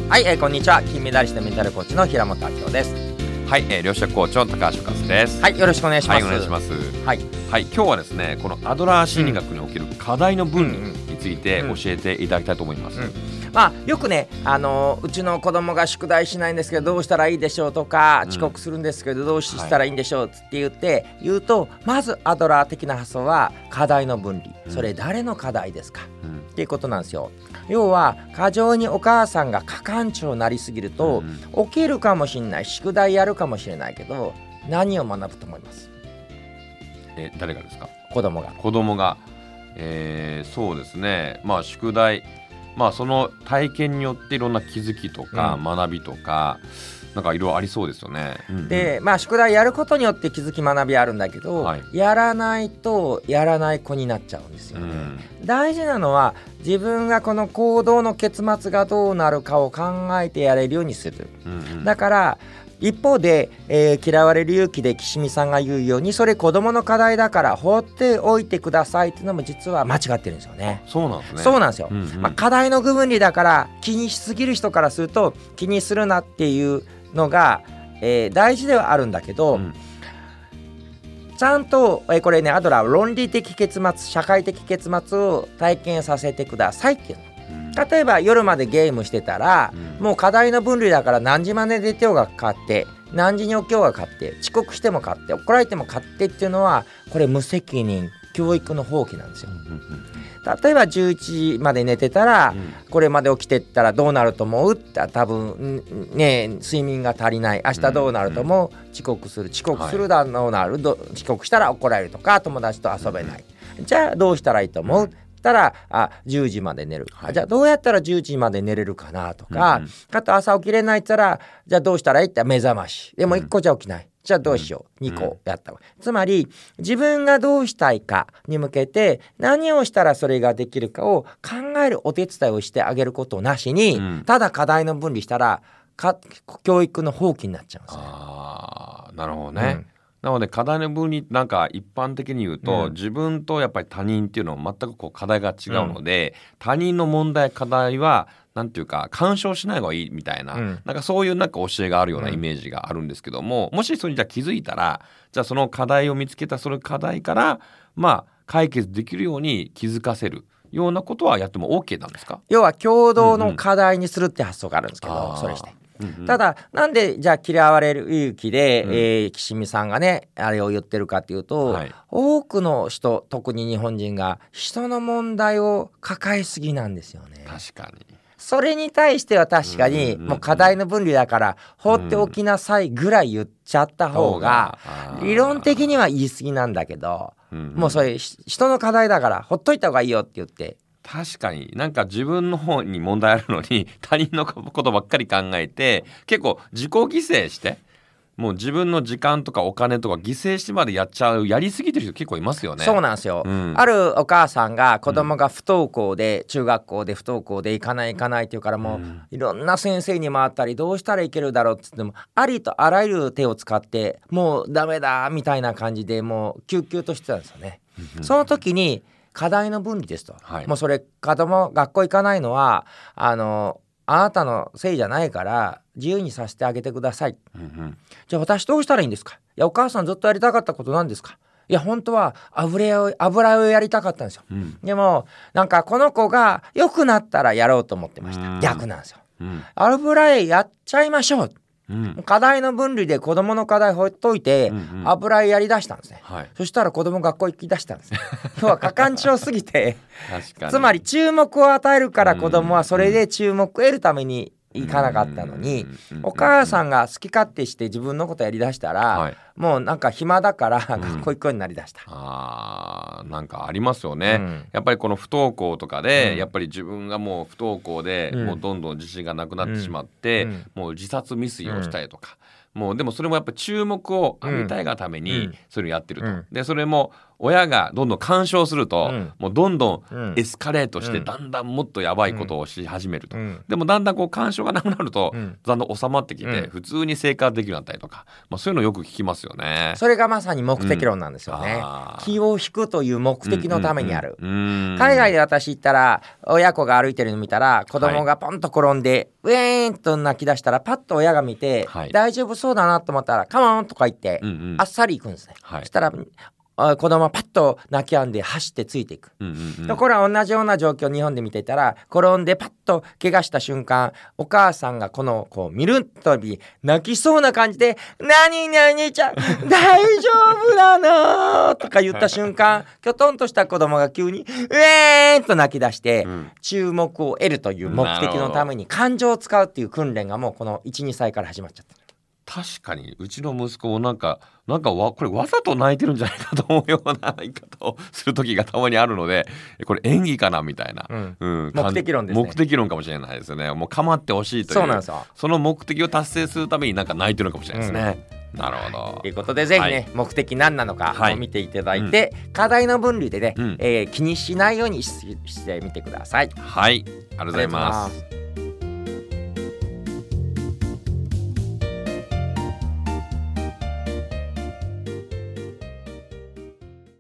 はい、こんにちは。金メダリストメンタルコーチの平本明夫です。 はい、両者コーチの高橋和です。 はい、よろしくお願いします。 はい、お願いします。 はい、 はい、今日はですね、このアドラー心理学における課題の分離について教えていただきたいと思います。 まあ、よくね、うちの子供が宿題しないんですけどどうしたらいいでしょうとか、遅刻するんですけどどうしたらいいんでしょうって言うと、まずアドラー的な発想は課題の分離、それ誰の課題ですか、っていうことなんですよ。要は過剰にお母さんが過干渉になりすぎると、起きるかもしれない、宿題やるかもしれないけど何を学ぶと思います？ 誰がですか？ 子供が、 そうですね、まあ宿題、まあその体験によっていろんな気づきとか学びとか、なんかいろいろありそうですよね。 で、まあ宿題やることによって気づき学びあるんだけど、やらないとやらない子になっちゃうんですよね。大事なのは自分がこの行動の結末がどうなるかを考えてやれるようにする。だから一方で、嫌われる勇気で岸見さんが言うように、それ子供の課題だから放っておいてくださいっていうのも実は間違ってるんですよね。 そうなんですね。 そうなんですよ。課題の部分離だから気にしすぎる人からすると気にするなっていうのが、大事ではあるんだけど、ちゃんと、これね、アドラー論理的結末、社会的結末を体験させてくださいっていうの。例えば夜までゲームしてたら、もう課題の分類だから何時まで寝てようが勝って何時に起きようが勝って遅刻しても勝って怒られても勝ってっていうのは、これ無責任教育の放棄なんですよ。例えば11時まで寝てたら、これまで起きてったらどうなると思うって多分ね、睡眠が足りない、明日どうなると思う、遅刻するだどうなる、遅刻したら怒られるとか友達と遊べない、じゃあどうしたらいいと思う、たら10時まで寝る、じゃあどうやったら10時まで寝れるかなとか、あと朝起きれないって言ったらじゃあどうしたらいいって目覚ましでも1個じゃ起きない、じゃあどうしよう、2個やった方がいい。つまり自分がどうしたいかに向けて何をしたらそれができるかを考えるお手伝いをしてあげることなしに、ただ課題の分離したら教育の放棄になっちゃうんですね。 なるほどね。なので課題の分離、なんか一般的に言うと、自分とやっぱり他人っていうのは全くこう課題が違うので、他人の問題課題はなんていうか干渉しない方がいいみたいな、なんかそういうなんか教えがあるようなイメージがあるんですけども、もしそれにじゃあ気づいたら、じゃあその課題を見つけたその課題からまあ解決できるように気づかせるようなことはやっても OK なんですか？ 要は共同の課題にするって発想があるんですけど、それしてただなんでじゃあ嫌われる勇気で、岸見さんがねあれを言ってるかっていうと、多くの人、特に日本人が人の問題を抱えすぎなんですよね。 確かに。 それに対しては確かにもう課題の分離だから放っておきなさいぐらい言っちゃった方が理論的には言い過ぎなんだけど、もうそれ人の課題だからほっといた方がいいよって言って、 確かになんか自分の方に問題あるのに他人のことばっかり考えて、結構自己犠牲してもう自分の時間とかお金とか犠牲してまでやっちゃう、やりすぎてる人結構いますよね。 そうなんですよ、あるお母さんが子供が不登校で、中学校で不登校で行かないって言うから、もういろんな先生に回ったりどうしたらいけるだろうって言ってもありとあらゆる手を使ってもうダメだみたいな感じでもう救急としてたんですよね。その時に課題の分離ですと、もうそれ子供学校行かないのはあなたのせいじゃないから自由にさせてあげてください、じゃあ私どうしたらいいんですか？いやお母さんずっとやりたかったことなんですか？いや本当は油をやりたかったんですよ、でもなんかこの子が良くなったらやろうと思ってました、逆なんですよ、油絵やっちゃいましょう、課題の分離で子供の課題ほっといて、油絵やりだしたんですね、そしたら子供学校行きだしたんです要は過干渉すぎてつまり注目を与えるから子供はそれで注目を得るために行かなかったのに、お母さんが好き勝手して自分のことやりだしたら、もうなんか暇だから学校行くようになりだした、 なんかありますよね、やっぱりこの不登校とかで、やっぱり自分がもう不登校で、もうどんどん自信がなくなってしまって、もう自殺未遂をしたりとか、もうでもそれもやっぱり注目を浴びたいがためにそれをやってると、でそれも親がどんどん干渉すると、もうどんどんエスカレートして、だんだんもっとやばいことをし始めると、でもだんだんこう干渉がなくなると、だんだん収まってきて、普通に生活できるようになったりとか、そういうのよく聞きますよね。 それがまさに目的論なんですよね。気を引くという目的のためにある。海外で私行ったら親子が歩いてるの見たら、子供がポンと転んで、ウェーンと泣き出したら、パッと親が見て、大丈夫そうだなと思ったらカモンとか言って、あっさり行くんですね。そしたら子供はパッと泣き止んで走ってついていく。これは同じような状況を日本で見ていたら、転んでパッと怪我した瞬間、お母さんがこう見るとび泣きそうな感じで「何々ちゃん大丈夫なの?」とか言った瞬間、きょとんとした子供が急に「ウェーン!」と泣き出して、注目を得るという目的のために感情を使うっていう訓練がもうこの 1,2 歳から始まっちゃった。 確かにうちの息子もなんかこれわざと泣いてるんじゃないかと思うような言い方をする時がたまにあるので、これ演技かなみたいな、 目的論ですね。 目的論かもしれないですね。もう構ってほしいという、 そうなんですよ。 その目的を達成するためになんか泣いてるのかもしれないですね。なるほど。 ということでぜひね、目的何なのかを見ていただいて、課題の分類でね、気にしないようにしてみてください。 はい、ありがとうございます。